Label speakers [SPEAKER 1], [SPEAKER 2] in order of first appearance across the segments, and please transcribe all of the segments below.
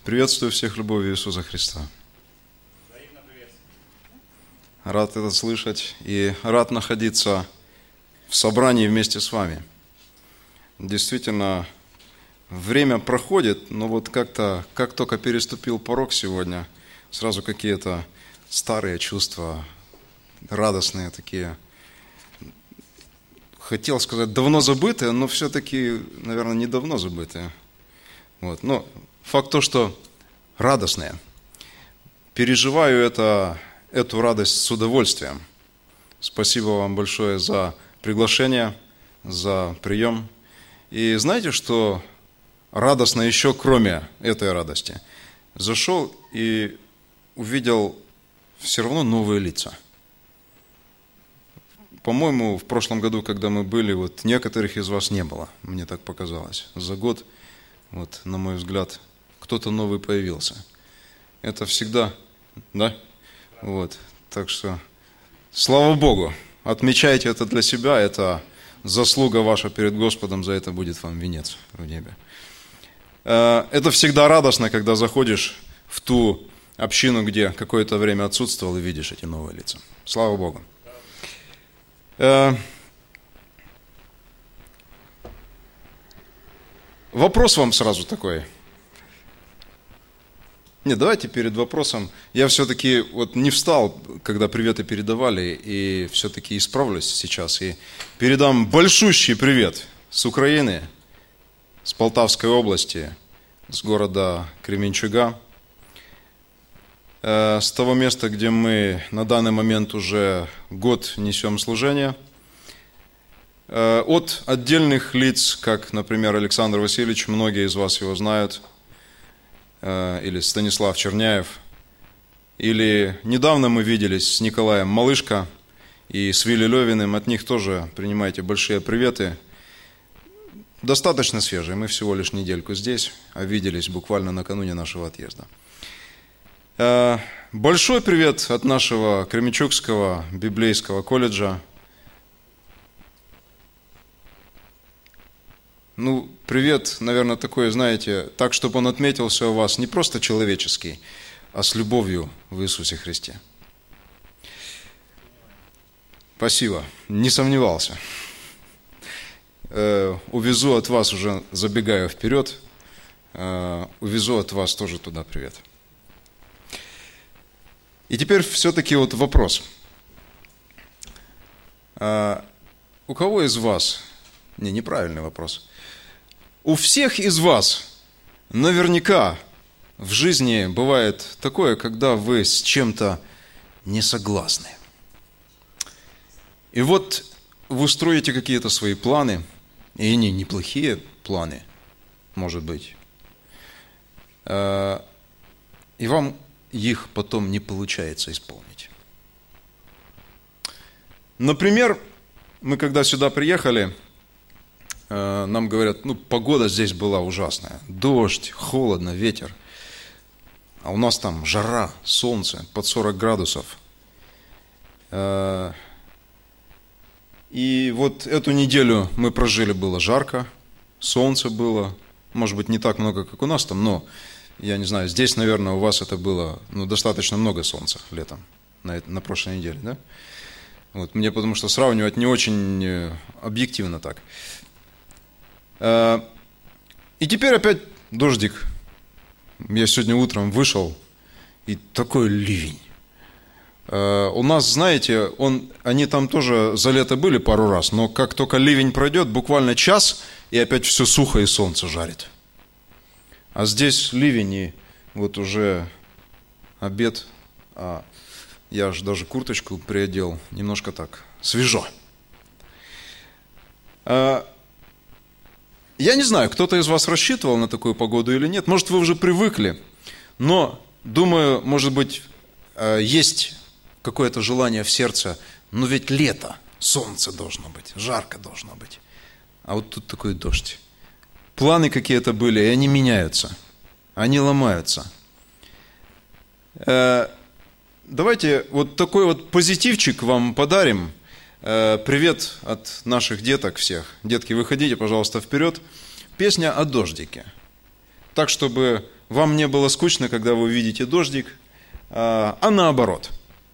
[SPEAKER 1] Приветствую всех любовью Иисуса Христа. Рад это слышать и рад находиться в собрании вместе с вами. Действительно, время проходит, но вот как-то, как только переступил порог сегодня, сразу какие-то старые чувства, радостные такие. Хотел сказать, давно забытые, но все-таки, наверное, не давно забытые. Вот. Но факт то, что радостные. Переживаю эту радость с удовольствием. Спасибо вам большое за приглашение, за прием. И знаете, что радостно еще кроме этой радости? Зашел и увидел все равно новые лица. По-моему, в прошлом году, когда мы были, вот некоторых из вас не было, мне так показалось. За год, вот, на мой взгляд, кто-то новый появился. Это всегда, да? Вот, так что, слава Богу, отмечайте это для себя, это заслуга ваша перед Господом, за это будет вам венец в небе. Это всегда радостно, когда заходишь в ту общину, где какое-то время отсутствовал, и видишь эти новые лица. Слава Богу. Вопрос вам сразу такой. Нет, давайте перед вопросом. Я все-таки вот не встал, когда приветы передавали, и все-таки исправлюсь сейчас. И передам большущий привет с Украины, с Полтавской области, с города Кременчуга, с того места, где мы на данный момент уже год несем служение, от отдельных лиц, как, например, Александр Васильевич, многие из вас его знают, или Станислав Черняев, или недавно мы виделись с Николаем Малышко и с Вилли Левиным, от них тоже принимайте большие приветы. Достаточно свежие, мы всего лишь недельку здесь, а виделись буквально накануне нашего отъезда. Большой привет от нашего Кременчугского библейского колледжа. Ну, привет, наверное, такой, знаете, так, чтобы он отметился у вас не просто человеческий, а с любовью в Иисусе Христе. Спасибо, не сомневался. Увезу от вас, уже забегаю вперед, увезу от вас тоже туда привет. И теперь все-таки вот вопрос. У кого из вас, неправильный вопрос, у всех из вас наверняка в жизни бывает такое, когда вы с чем-то не согласны. И вот вы строите какие-то свои планы, и они неплохие планы, может быть, и вам их потом не получается исполнить. Например, мы когда сюда приехали, нам говорят, погода здесь была ужасная. Дождь, холодно, ветер. А у нас там жара, солнце, под 40 градусов. И вот эту неделю мы прожили, было жарко, солнце было. Может быть, не так много, как у нас там, но я не знаю, здесь, наверное, у вас это было достаточно много солнца летом, на прошлой неделе, да? Вот, мне потому что сравнивать не очень объективно так. И теперь опять дождик. Я сегодня утром вышел, и такой ливень. У нас, знаете, они там тоже за лето были пару раз, но как только ливень пройдет, буквально час, и опять все сухо, и солнце жарит. А здесь ливень, и вот уже обед, а я аж даже курточку приодел, немножко так, свежо. Я не знаю, кто-то из вас рассчитывал на такую погоду или нет, может, вы уже привыкли, но, думаю, может быть, есть какое-то желание в сердце, но ведь лето, солнце должно быть, жарко должно быть, а вот тут такой дождь. Планы какие-то были, и они меняются, они ломаются. Давайте вот такой вот позитивчик вам подарим. Привет от наших деток всех. Детки, выходите, пожалуйста, вперед. Песня о дождике. Так, чтобы вам не было скучно, когда вы увидите дождик, а наоборот.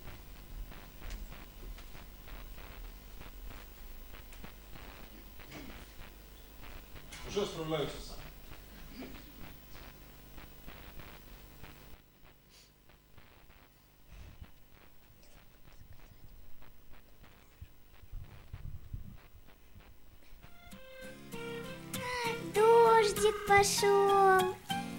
[SPEAKER 1] Уже справляются сами.
[SPEAKER 2] Дождик пошел.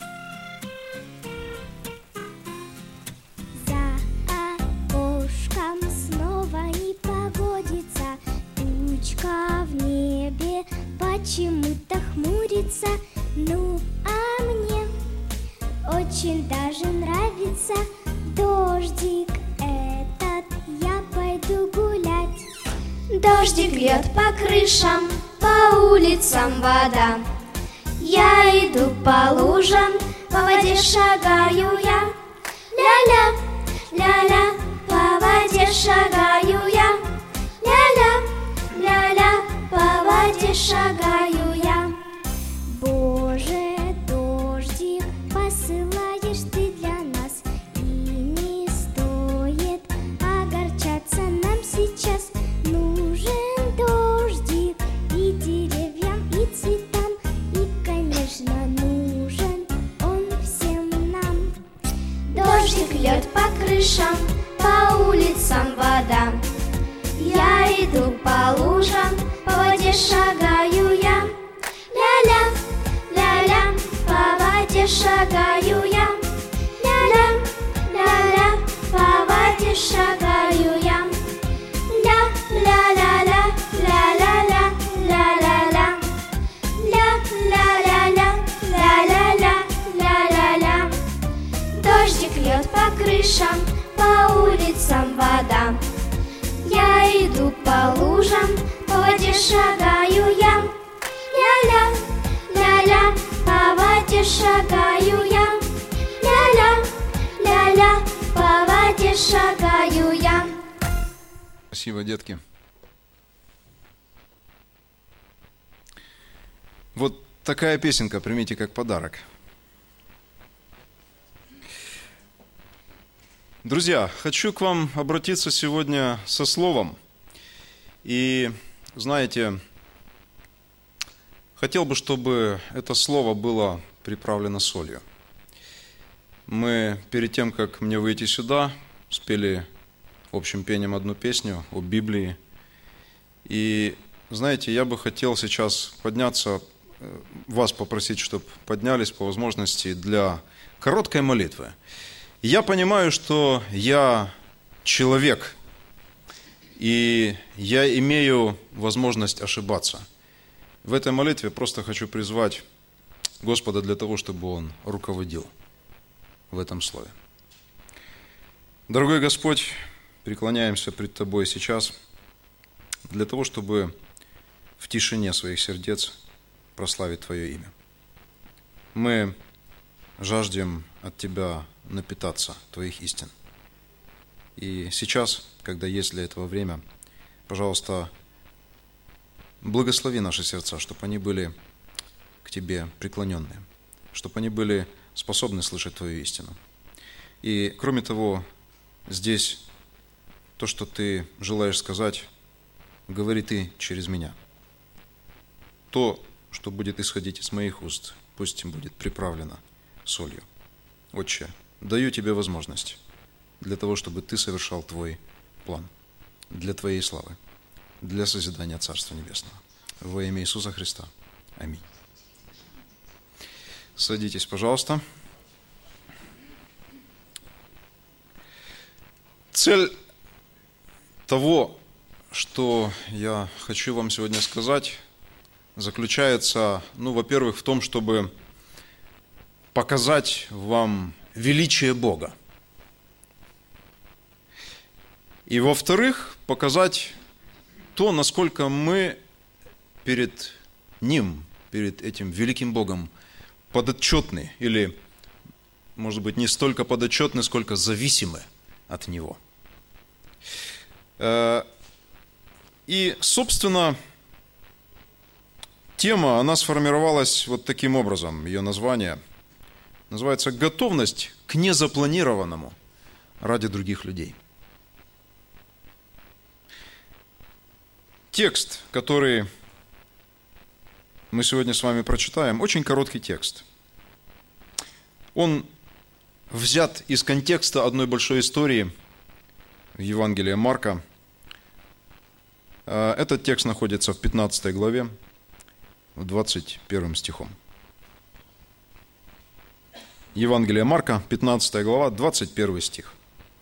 [SPEAKER 2] За окошком снова непогодится. Тучка в небе почему-то хмурится. Ну, а мне очень даже нравится дождик этот. Я пойду гулять. Дождик льет по крышам, по улицам вода. Я иду по лужам, по воде шагаю я. Ля-ля, ля-ля, по воде шагаю я. Ля-ля, ля-ля, по воде шагаю я. Боже, дождик, посылаешь ты для нас, и не стоит огорчаться нам сейчас. Нужен дождик и деревьям, и цветам, и, конечно, нужен он всем нам. Дождик льет по крышам, по улицам вода. Я иду по лужам, по воде шагаю я. Ля-ля, ля-ля, по воде шагаю я. Ля-ля, ля-ля, по воде шагаю я. Ля-ля-ля-ля, ля-ля-ля, ля-ля-ля. Ля-ля-ля-ля, ля-ля-ля, ля-ля-ля. Дождик льет по крышам, по улицам вода. Я иду по лужам, по воде шагаю я. Ля-ля, ля-ля, по воде шагаю я. Ля-ля, ля-ля, по воде шагаю я.
[SPEAKER 1] Спасибо, детки. Вот такая песенка, примите как подарок. Друзья, хочу к вам обратиться сегодня со словом. И, знаете, хотел бы, чтобы это слово было приправлено солью. Мы перед тем, как мне выйти сюда, спели общим пением одну песню о Библии. И, знаете, я бы хотел сейчас подняться, вас попросить, чтобы поднялись по возможности для короткой молитвы. Я понимаю, что я человек, и я имею возможность ошибаться. В этой молитве просто хочу призвать Господа для того, чтобы Он руководил в этом слове. Дорогой Господь, преклоняемся пред Тобой сейчас для того, чтобы в тишине своих сердец прославить Твое имя. Мы жаждем от Тебя напитаться Твоих истин. И сейчас, когда есть для этого время, пожалуйста, благослови наши сердца, чтобы они были к Тебе преклоненные, чтобы они были способны слышать Твою истину. И, кроме того, здесь то, что Ты желаешь сказать, говори Ты через меня. То, что будет исходить из моих уст, пусть им будет приправлено солью. Отче, даю Тебе возможность для того, чтобы Ты совершал Твой план для Твоей славы, для созидания Царства Небесного. Во имя Иисуса Христа. Аминь. Садитесь, пожалуйста. Цель того, что я хочу вам сегодня сказать, заключается, во-первых, в том, чтобы показать вам величие Бога. И, во-вторых, показать то, насколько мы перед Ним, перед этим великим Богом подотчетны, или, может быть, не столько подотчетны, сколько зависимы от Него. И, собственно, тема, она сформировалась вот таким образом, ее название Называется «Готовность к незапланированному ради других людей». Текст, который мы сегодня с вами прочитаем, очень короткий текст. Он взят из контекста одной большой истории в Евангелии Марка. Этот текст находится в 15 главе, в 21 стихом. Евангелие Марка, 15 глава, 21 стих.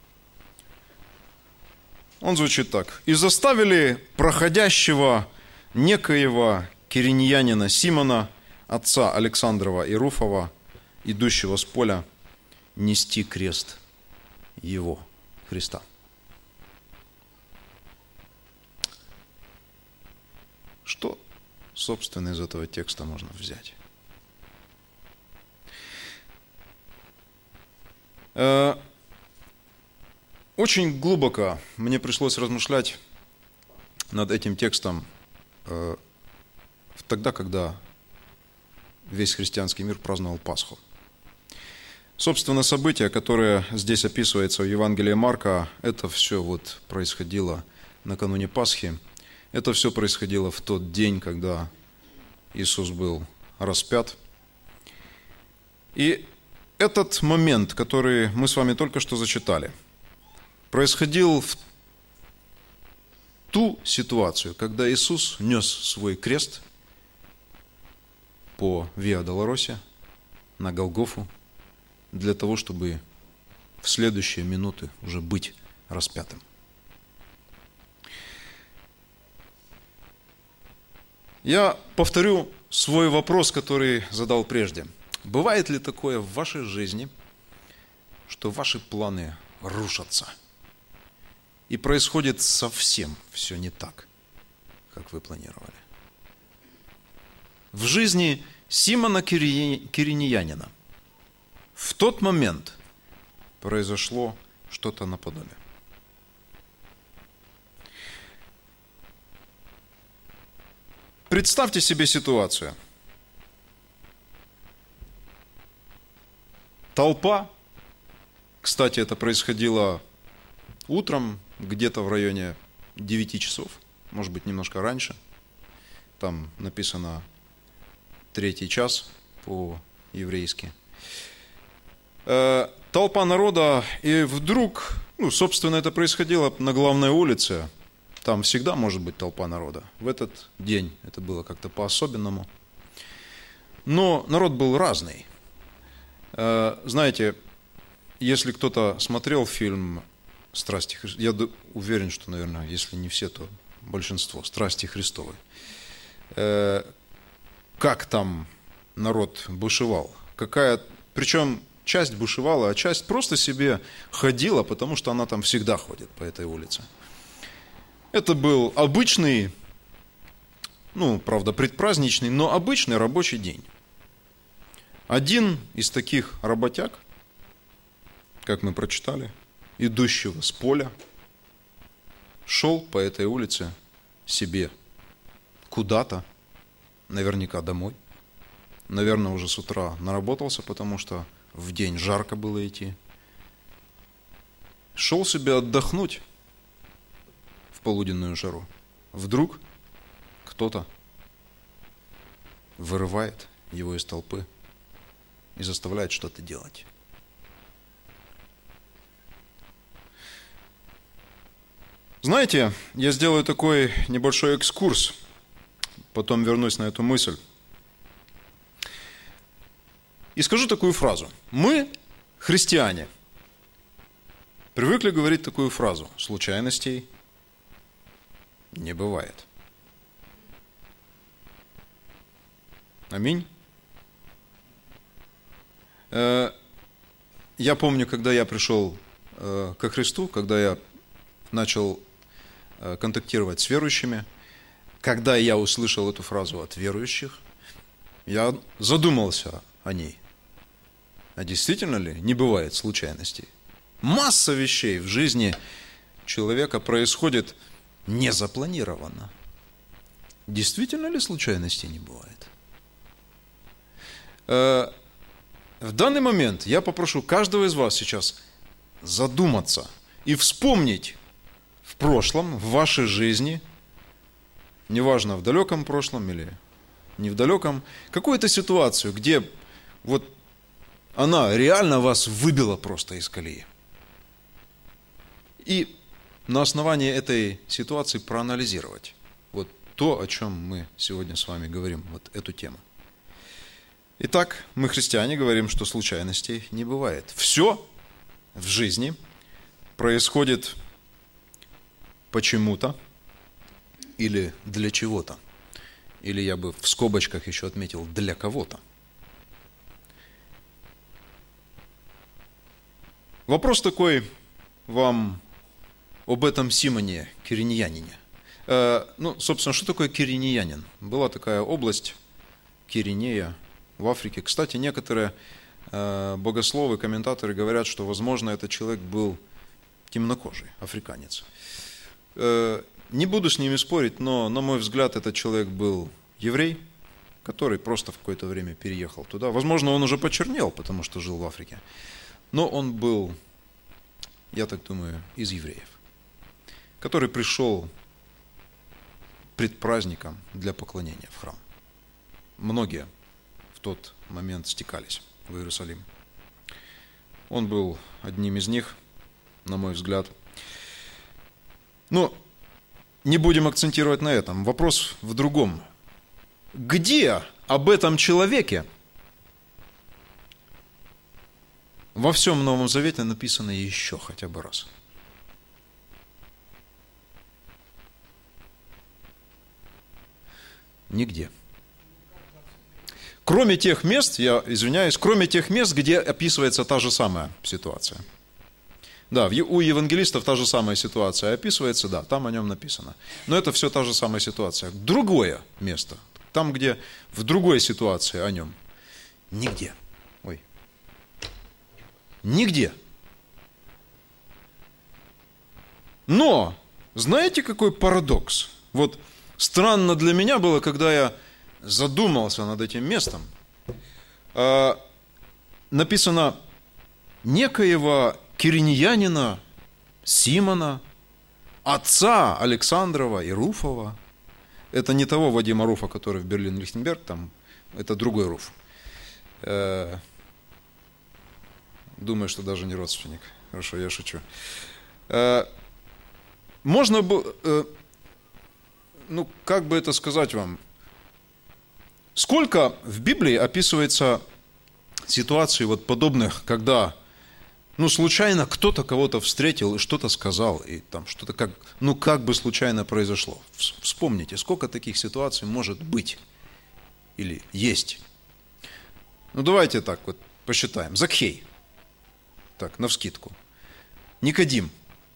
[SPEAKER 1] Он звучит так. «И заставили проходящего некоего кириньянина Симона, отца Александрова и Руфова, идущего с поля, нести крест его, Христа». Что, собственно, из этого текста можно взять? Очень глубоко мне пришлось размышлять над этим текстом тогда, когда весь христианский мир праздновал Пасху. Собственно, событие, которое здесь описывается в Евангелии Марка, это все вот происходило накануне Пасхи. Это все происходило в тот день, когда Иисус был распят. И этот момент, который мы с вами только что зачитали, происходил в ту ситуацию, когда Иисус нес свой крест по Виа Долоросе на Голгофу для того, чтобы в следующие минуты уже быть распятым. Я повторю свой вопрос, который задал прежде. Бывает ли такое в вашей жизни, что ваши планы рушатся? И происходит совсем все не так, как вы планировали. В жизни Симона Кириньянина в тот момент произошло что-то наподобие. Представьте себе ситуацию. Толпа, кстати, это происходило утром, где-то в районе 9 часов, может быть, немножко раньше. Там написано 3 час по-еврейски. Толпа народа, и вдруг, собственно, это происходило на главной улице. Там всегда может быть толпа народа. В этот день это было как-то по-особенному. Но народ был разный. Знаете, если кто-то смотрел фильм «Страсти Христовы», я уверен, что, наверное, если не все, то большинство, «Страсти Христовы». Как там народ бушевал? Причем часть бушевала, а часть просто себе ходила, потому что она там всегда ходит по этой улице. Это был обычный, правда, предпраздничный, но обычный рабочий день. Один из таких работяг, как мы прочитали, идущего с поля, шел по этой улице себе куда-то, наверняка домой. Наверное, уже с утра наработался, потому что в день жарко было идти. Шел себе отдохнуть в полуденную жару. Вдруг кто-то вырывает его из толпы и заставляет что-то делать. Знаете, я сделаю такой небольшой экскурс, потом вернусь на эту мысль. И скажу такую фразу. Мы, христиане, привыкли говорить такую фразу: случайностей не бывает. Аминь. Я помню, когда я пришел ко Христу, когда я начал контактировать с верующими, когда я услышал эту фразу от верующих, я задумался о ней. А действительно ли не бывает случайностей? Масса вещей в жизни человека происходит незапланированно. Действительно ли случайностей не бывает? в данный момент я попрошу каждого из вас сейчас задуматься и вспомнить в прошлом, в вашей жизни, неважно, в далеком прошлом или не в далеком, какую-то ситуацию, где вот она реально вас выбила просто из колеи. И на основании этой ситуации проанализировать вот то, о чем мы сегодня с вами говорим, вот эту тему. Итак, мы, христиане, говорим, что случайностей не бывает. Все в жизни происходит почему-то или для чего-то. Или я бы в скобочках еще отметил для кого-то. Вопрос такой вам об этом Симоне Кириньянине. Собственно, что такое кириньянин? Была такая область Киринея в Африке. Кстати, некоторые богословы, комментаторы говорят, что, возможно, этот человек был темнокожий, африканец. Не буду с ними спорить, но, на мой взгляд, этот человек был еврей, который просто в какое-то время переехал туда. Возможно, он уже почернел, потому что жил в Африке. Но он был, я так думаю, из евреев, который пришел пред праздником для поклонения в храм. Многие в тот момент стекались в Иерусалим. Он был одним из них, на мой взгляд. Но не будем акцентировать на этом. Вопрос в другом. Где об этом человеке во всем Новом Завете написано еще хотя бы раз? Нигде. Кроме тех мест, я извиняюсь, кроме тех мест, где описывается та же самая ситуация. Да, у евангелистов та же самая ситуация описывается, да, там о нем написано. Но это все та же самая ситуация. Другое место, там, где в другой ситуации о нем. Нигде. Нигде. Но, знаете, какой парадокс? Вот странно для меня было, когда я задумался над этим местом. Написано некоего кириньянина Симона, отца Александрова и Руфова. Это не того Вадима Руфа, который в Берлин-Лихтенберг, там, это другой Руф. Думаю, что даже не родственник. Хорошо, я шучу. Можно было, как бы это сказать вам? Сколько в Библии описывается ситуаций вот подобных, когда, случайно кто-то кого-то встретил и что-то сказал, и там что-то как бы случайно произошло. Вспомните, сколько таких ситуаций может быть или есть. Давайте так вот посчитаем. Закхей. Так, навскидку. Никодим.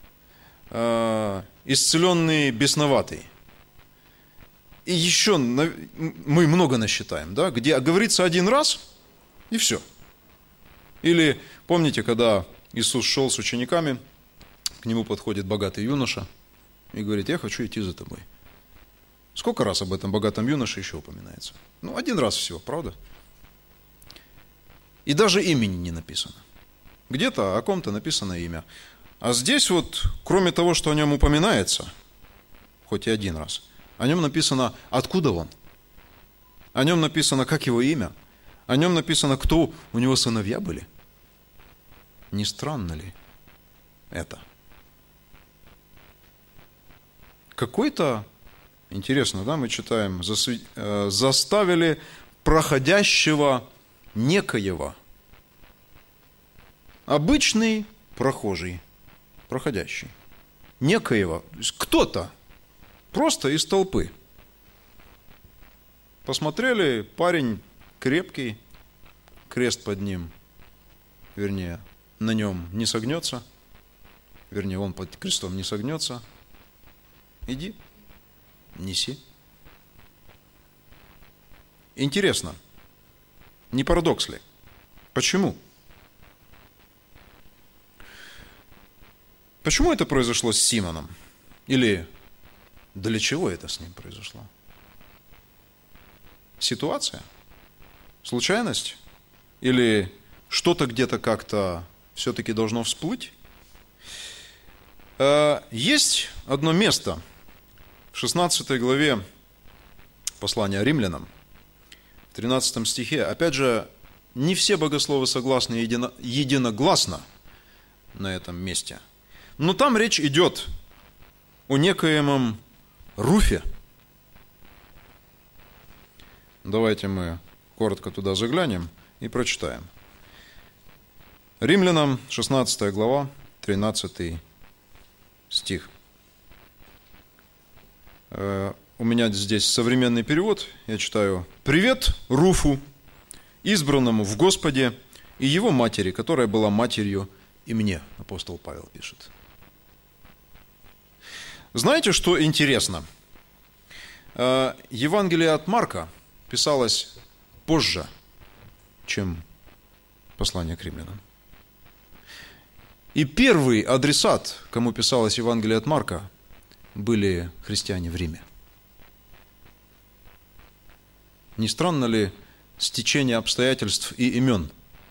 [SPEAKER 1] Исцеленный бесноватый. И еще мы много насчитаем, да, где говорится один раз, и все. Или помните, когда Иисус шел с учениками, к нему подходит богатый юноша и говорит: я хочу идти за тобой. Сколько раз об этом богатом юноше еще упоминается? Один раз всего, правда? И даже имени не написано. Где-то о ком-то написано имя. А здесь вот, кроме того, что о нем упоминается, хоть и один раз, о нем написано, откуда он. О нем написано, как его имя. О нем написано, кто у него сыновья были. Не странно ли это? Какой-то, интересно, да, мы читаем, заставили проходящего некоего. Обычный прохожий, проходящий. Некоего, кто-то, просто из толпы. Посмотрели, парень крепкий, крест под ним, вернее, на нем не согнется, вернее, он под крестом не согнется. Иди, неси. Интересно, не парадокс ли? Почему? Почему это произошло с Симоном? Или для чего это с ним произошло? Ситуация? Случайность? Или что-то где-то как-то все-таки должно всплыть. Есть одно место в 16 главе послания Римлянам, в 13 стихе. Опять же, не все богословы согласны единогласно на этом месте. Но там речь идет о некоемом Руфе. Давайте мы коротко туда заглянем и прочитаем. Римлянам, 16 глава, 13 стих. У меня здесь современный перевод, я читаю. «Привет Руфу, избранному в Господе, и его матери, которая была матерью и мне», апостол Павел пишет. Знаете, что интересно? Евангелие от Марка писалось позже, чем послание к римлянам. И первый адресат, кому писалось Евангелие от Марка, были христиане в Риме. Не странно ли стечение обстоятельств и имен?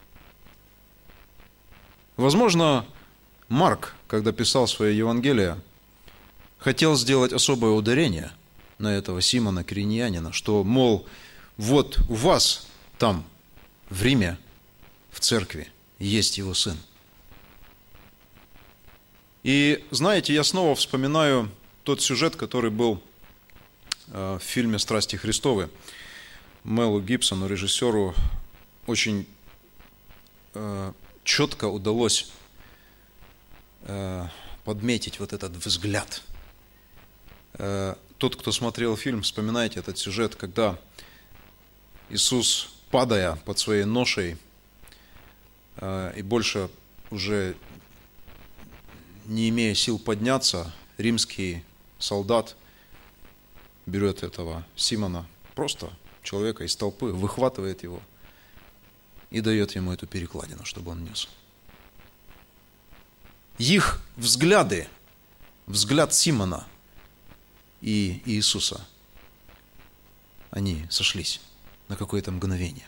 [SPEAKER 1] Возможно, Марк, когда писал свое Евангелие, хотел сделать особое ударение на этого Симона Кириньянина, что, мол, вот у вас там, в Риме, в церкви, есть его сын. И, знаете, я снова вспоминаю тот сюжет, который был в фильме «Страсти Христовы». Мелу Гибсону, режиссеру, очень четко удалось подметить вот этот взгляд. Тот, кто смотрел фильм, вспоминайте этот сюжет, когда Иисус, падая под своей ношей и больше уже не имея сил подняться, римский солдат берет этого Симона, просто человека из толпы, выхватывает его и дает ему эту перекладину, чтобы он нес. Их взгляды, взгляд Симона и Иисуса, они сошлись на какое-то мгновение.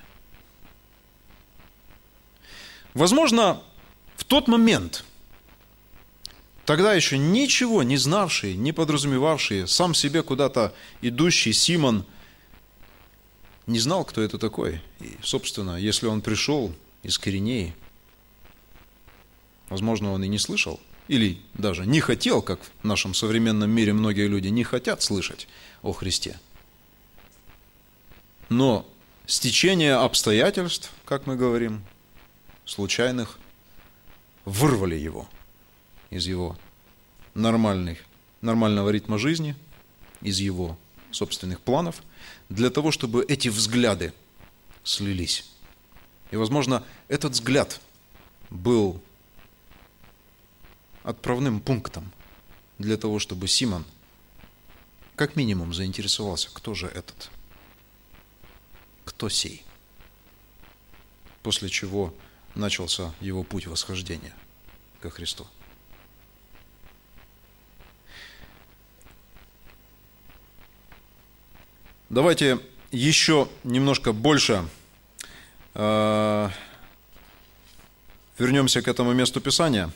[SPEAKER 1] Возможно, в тот момент, тогда еще ничего не знавший, не подразумевавший, сам себе куда-то идущий Симон не знал, кто это такой. И, собственно, если он пришел из Киринеи, возможно, он и не слышал, или даже не хотел, как в нашем современном мире многие люди не хотят слышать о Христе. Но стечение обстоятельств, как мы говорим, случайных, вырвали его из его нормального ритма жизни, из его собственных планов, для того, чтобы эти взгляды слились. И, возможно, этот взгляд был отправным пунктом для того, чтобы Симон как минимум заинтересовался, кто же этот, кто сей, после чего начался его путь восхождения ко Христу. Давайте еще немножко больше вернемся к этому месту Писания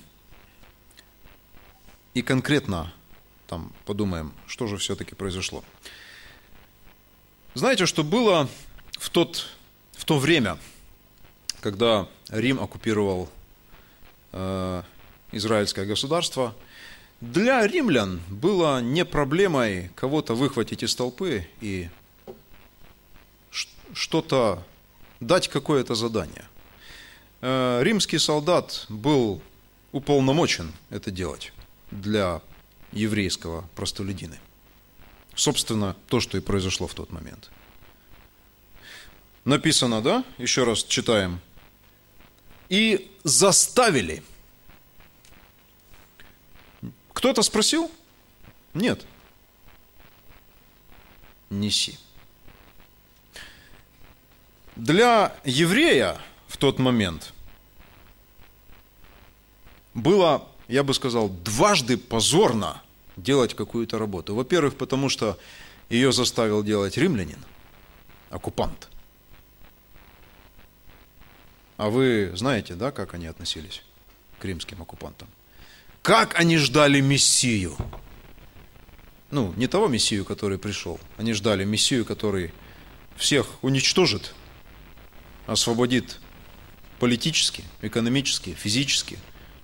[SPEAKER 1] и конкретно там подумаем, что же все-таки произошло. Знаете, что было в то время, когда Рим оккупировал израильское государство? Для римлян было не проблемой кого-то выхватить из толпы и что-то дать, какое-то задание. Римский солдат был уполномочен это делать для еврейского простолюдина. Собственно, то, что и произошло в тот момент. Написано, да? Еще раз читаем. И заставили. Кто-то спросил? Нет. Неси. Для еврея в тот момент было, я бы сказал, дважды позорно делать какую-то работу. Во-первых, потому что ее заставил делать римлянин, оккупант. А вы знаете, да, как они относились к римским оккупантам? Как они ждали Мессию? Ну, не того Мессию, который пришел. Они ждали Мессию, который всех уничтожит, освободит политически, экономически, физически.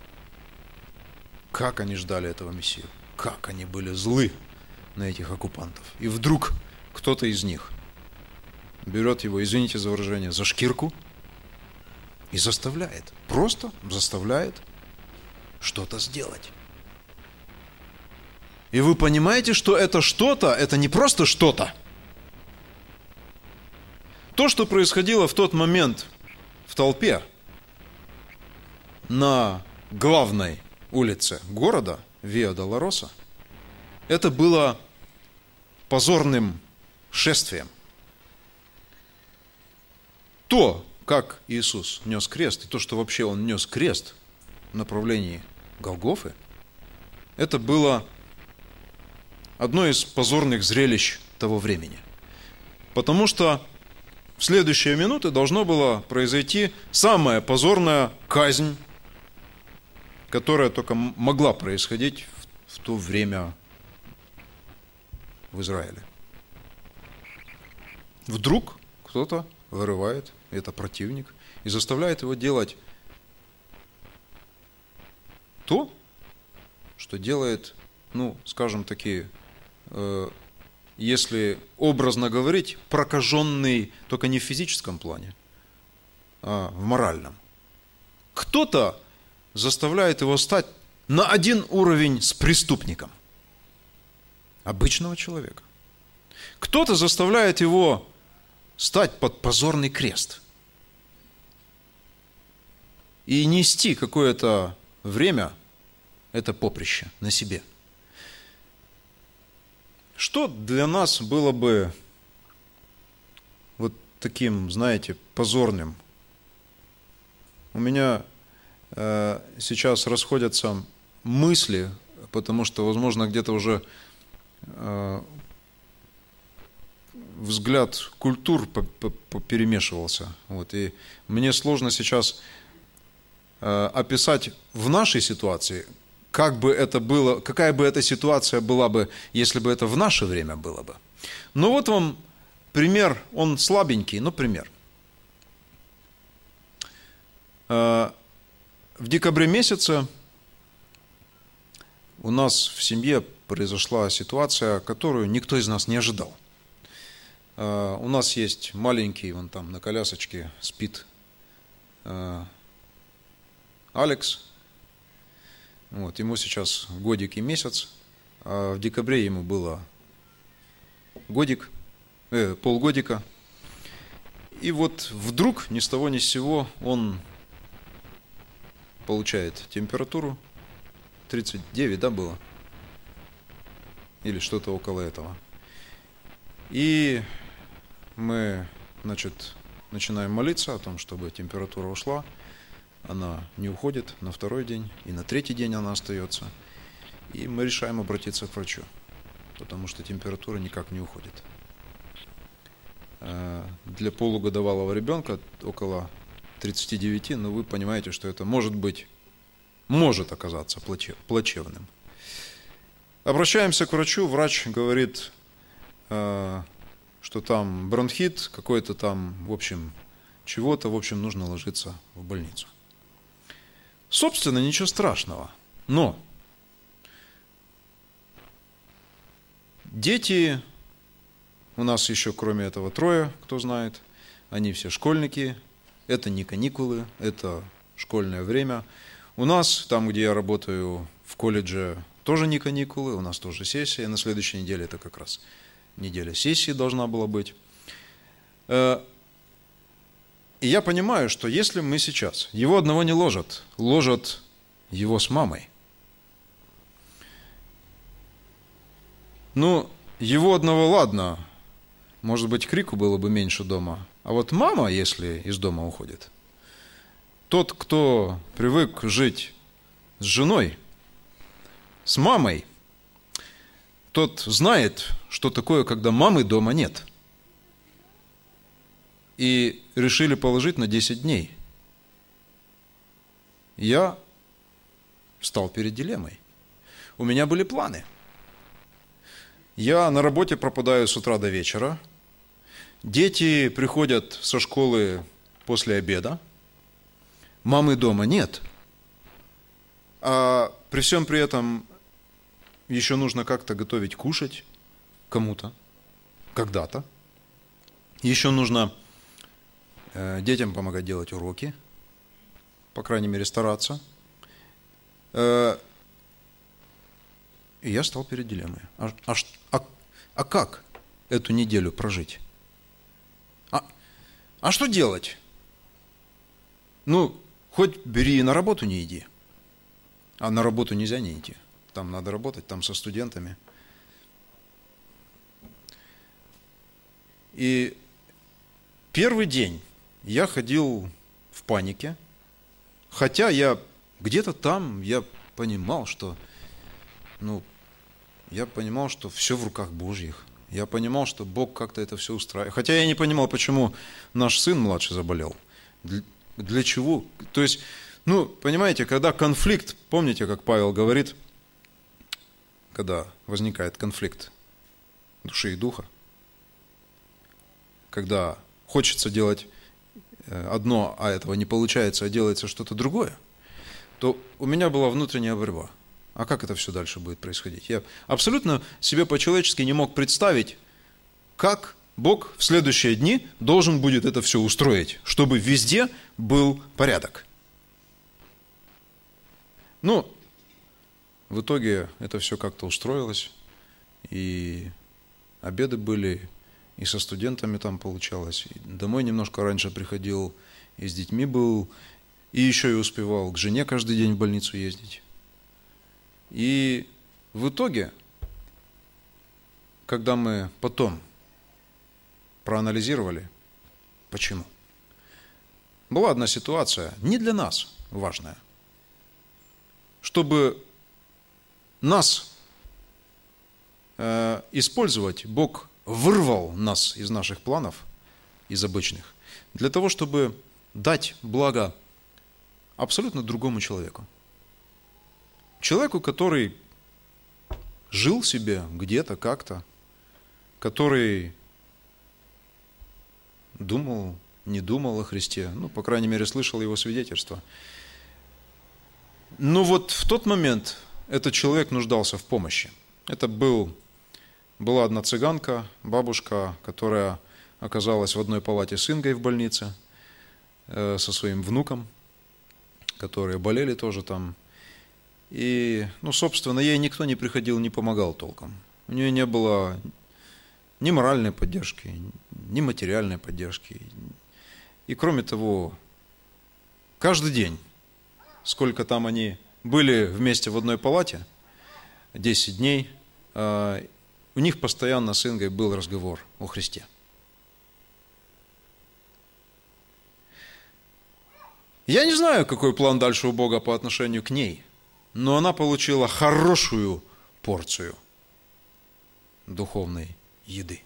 [SPEAKER 1] Как они ждали этого Мессию? Как они были злы на этих оккупантов. И вдруг кто-то из них берет его, извините за выражение, за шкирку и заставляет, просто заставляет что-то сделать. И вы понимаете, что это что-то, это не просто что-то. То, что происходило в тот момент в толпе на главной улице города, Виа-Долороса, это было позорным шествием. То, как Иисус нес крест, и то, что вообще Он нес крест в направлении Голгофы, это было одно из позорных зрелищ того времени. Потому что в следующие минуты должно было произойти самая позорная казнь, которая только могла происходить в то время в Израиле. Вдруг кто-то вырывает, это противник, и заставляет его делать то, что делает, ну, скажем таки, если образно говорить, прокаженный, только не в физическом плане, а в моральном. Кто-то заставляет его стать на один уровень с преступником, обычного человека. Кто-то заставляет его стать под позорный крест и нести какое-то время это поприще на себе. Что для нас было бы вот таким, знаете, позорным? У меня сейчас расходятся мысли, потому что, возможно, где-то уже взгляд культур перемешивался. Вот, и мне сложно сейчас описать в нашей ситуации, как бы это было, какая бы эта ситуация была бы, если бы это в наше время было бы. Но вот вам пример, он слабенький, но пример. В декабре месяце у нас в семье произошла ситуация, которую никто из нас не ожидал. У нас есть маленький, вон там на колясочке спит Алекс. Вот, ему сейчас годик и месяц, а в декабре ему было полгодика. И вот вдруг ни с того ни с сего он получает температуру 39, да, было? Или что-то около этого. И мы, значит, начинаем молиться о том, чтобы температура ушла. Она не уходит на второй день, и на третий день она остается. И мы решаем обратиться к врачу, потому что температура никак не уходит. Для полугодовалого ребенка около 39, но вы понимаете, что это может оказаться плачевным. Обращаемся к врачу, врач говорит, что там бронхит, какой-то там, в общем, чего-то, в общем, нужно ложиться в больницу. Собственно, ничего страшного, но дети, у нас еще кроме этого 3, кто знает, они все школьники, это не каникулы, это школьное время. У нас, там, где я работаю в колледже, тоже не каникулы, у нас тоже сессия, на следующей неделе это как раз неделя сессии должна была быть. И я понимаю, что если мы сейчас, его одного не ложат его с мамой. Ну, его одного ладно, может быть, крику было бы меньше дома. А вот мама, если из дома уходит, тот, кто привык жить с женой, с мамой, тот знает, что такое, когда мамы дома нет. И решили положить на 10 дней. я встал перед дилеммой. У меня были планы. Я на работе пропадаю с утра до вечера. Дети приходят со школы после обеда. Мамы дома нет. А при всем при этом еще нужно как-то готовить кушать кому-то, когда-то. Еще нужно детям помогать делать уроки, по крайней мере, стараться. И я стал перед дилеммой. А как эту неделю прожить? А что делать? Ну, хоть бери и на работу не иди. А на работу нельзя не идти. Там надо работать, там со студентами. И первый день я ходил в панике, хотя я где-то там, я понимал, что все в руках Божьих. Я понимал, что Бог как-то это все устраивает. Хотя я не понимал, почему наш сын младший заболел. Для чего? То есть, понимаете, когда конфликт, помните, как Павел говорит, когда возникает конфликт души и духа, когда хочется делать одно, а этого не получается, а делается что-то другое, то у меня была внутренняя борьба. А как это все дальше будет происходить? Я абсолютно себе по-человечески не мог представить, как Бог в следующие дни должен будет это все устроить, чтобы везде был порядок. В итоге это все как-то устроилось, и обеды были, и со студентами там получалось, и домой немножко раньше приходил, и с детьми был, и еще и успевал к жене каждый день в больницу ездить. И в итоге, когда мы потом проанализировали, почему, была одна ситуация, не для нас важная, чтобы нас использовать, Бог вырвал нас из наших планов, из обычных, для того, чтобы дать благо абсолютно другому человеку. Человеку, который жил себе где-то, как-то, который думал, не думал о Христе, по крайней мере, слышал его свидетельство. Но вот в тот момент этот человек нуждался в помощи. Это была одна цыганка, бабушка, которая оказалась в одной палате с Ингой в больнице, со своим внуком, которые болели тоже там. И, собственно, ей никто не приходил, не помогал толком. У нее не было ни моральной поддержки, ни материальной поддержки. И кроме того, каждый день, сколько там они были вместе в одной палате, 10 дней, у них постоянно с Ингой был разговор о Христе. Я не знаю, какой план дальше у Бога по отношению к ней, но она получила хорошую порцию духовной еды.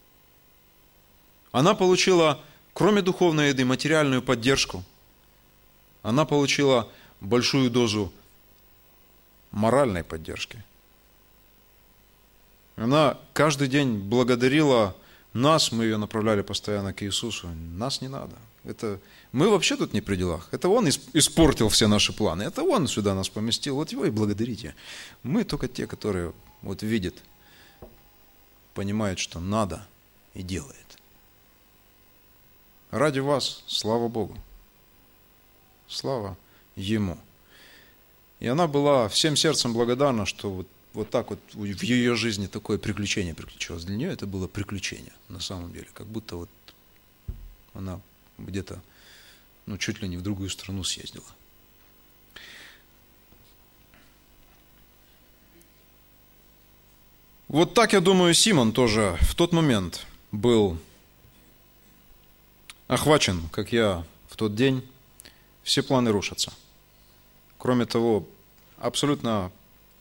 [SPEAKER 1] Она получила, кроме духовной еды, материальную поддержку. Она получила большую дозу моральной поддержки. Она каждый день благодарила нас, мы ее направляли постоянно к Иисусу. Нас не надо. Мы вообще тут не при делах. Это Он испортил все наши планы. Это Он сюда нас поместил. Вот Его и благодарите. Мы только те, которые видят, понимают, что надо и делает. Ради вас, слава Богу. Слава Ему. И она была всем сердцем благодарна, что вот так вот в ее жизни такое приключение приключилось. Для нее это было приключение, на самом деле. Как будто она где-то, чуть ли не в другую страну съездила. Вот так, я думаю, Симон тоже в тот момент был охвачен, как я в тот день. Все планы рушатся. Кроме того, абсолютно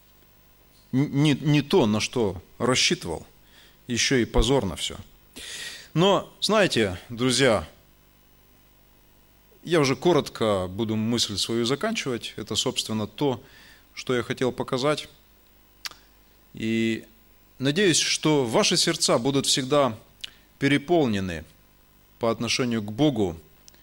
[SPEAKER 1] не то, на что рассчитывал, еще и позорно все. Но, знаете, друзья, я уже коротко буду мысль свою заканчивать. Это, собственно, то, что я хотел показать. И надеюсь, что ваши сердца будут всегда переполнены по отношению к Богу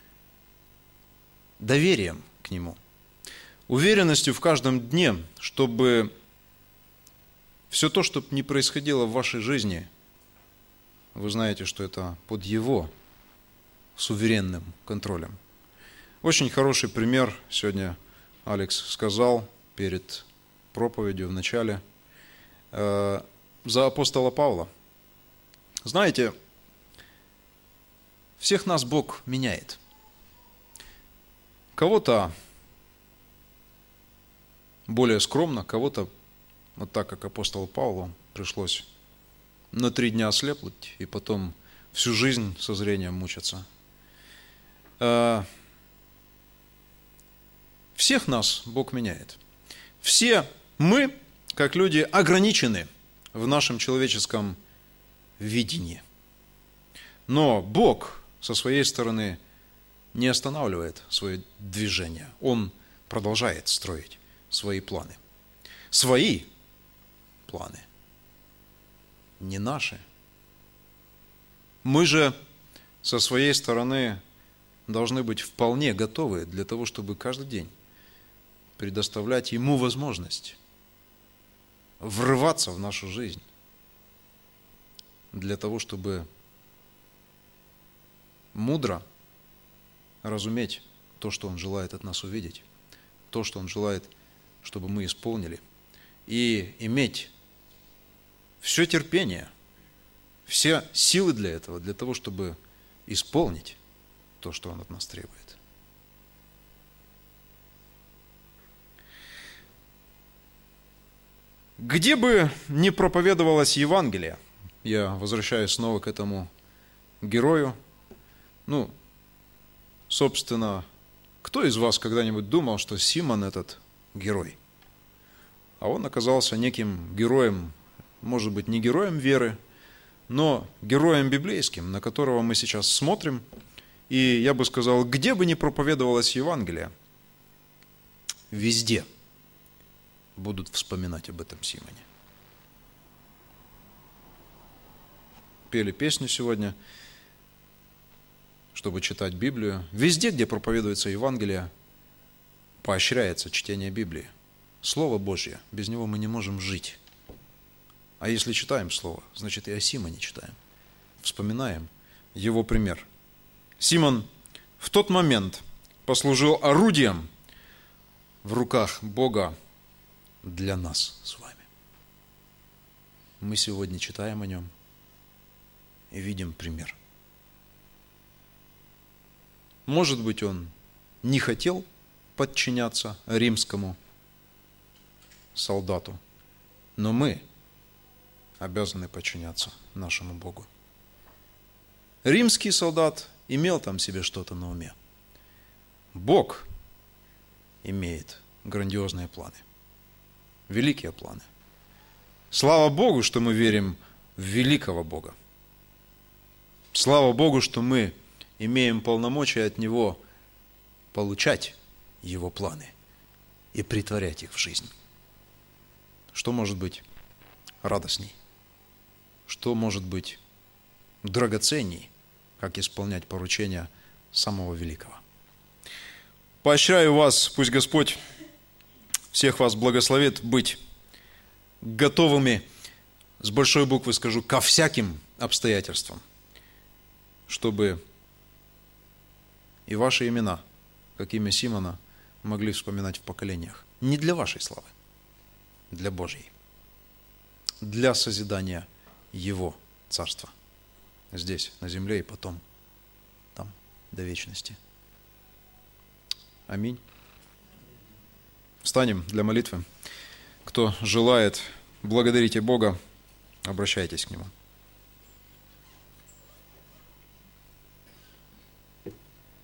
[SPEAKER 1] доверием к Нему, уверенностью в каждом дне, чтобы все то, что не происходило в вашей жизни, вы знаете, что это под Его суверенным контролем. Очень хороший пример сегодня Алекс сказал перед проповедью в начале за апостола Павла. Знаете, всех нас Бог меняет. Кого-то более скромно, кого-то, вот так как апостолу Павлу, пришлось на 3 дня ослепнуть и потом всю жизнь со зрением мучиться. Всех нас Бог меняет. Все мы, как люди, ограничены в нашем человеческом видении. Но Бог со своей стороны не останавливает свое движение. Он продолжает строить свои планы. Свои планы, не наши. Мы же со своей стороны должны быть вполне готовы для того, чтобы каждый день предоставлять Ему возможность врываться в нашу жизнь, для того, чтобы мудро разуметь то, что Он желает от нас увидеть, то, что Он желает, чтобы мы исполнили, и иметь все терпение, все силы для того, чтобы исполнить то, что Он от нас требует. Где бы ни проповедовалось Евангелие, я возвращаюсь снова к этому герою. Собственно, кто из вас когда-нибудь думал, что Симон этот герой? А он оказался неким героем, может быть, не героем веры, но героем библейским, на которого мы сейчас смотрим. И я бы сказал, где бы ни проповедовалось Евангелие, везде будут вспоминать об этом Симоне. Пели песню сегодня, чтобы читать Библию. Везде, где проповедуется Евангелие, поощряется чтение Библии. Слово Божье, без него мы не можем жить. А если читаем Слово, значит и о Симоне читаем. Вспоминаем его пример. Симон в тот момент послужил орудием в руках Бога для нас с вами. Мы сегодня читаем о нем и видим пример. Может быть, он не хотел подчиняться римскому солдату, но мы обязаны подчиняться нашему Богу. Римский солдат имел там себе что-то на уме. Бог имеет грандиозные планы, великие планы. Слава Богу, что мы верим в великого Бога. Слава Богу, что мы имеем полномочия от Него получать Его планы и притворять их в жизнь. Что может быть радостней? Что может быть драгоценней, как исполнять поручения самого великого? Поощряю вас, пусть Господь всех вас благословит быть готовыми, с большой буквы скажу, ко всяким обстоятельствам, чтобы и ваши имена, как имя Симона, могли вспоминать в поколениях. Не для вашей славы, для Божьей, для созидания Его Царства. Здесь, на земле, и потом там, до вечности. Аминь. Встанем для молитвы. Кто желает, благодарите Бога, обращайтесь к Нему.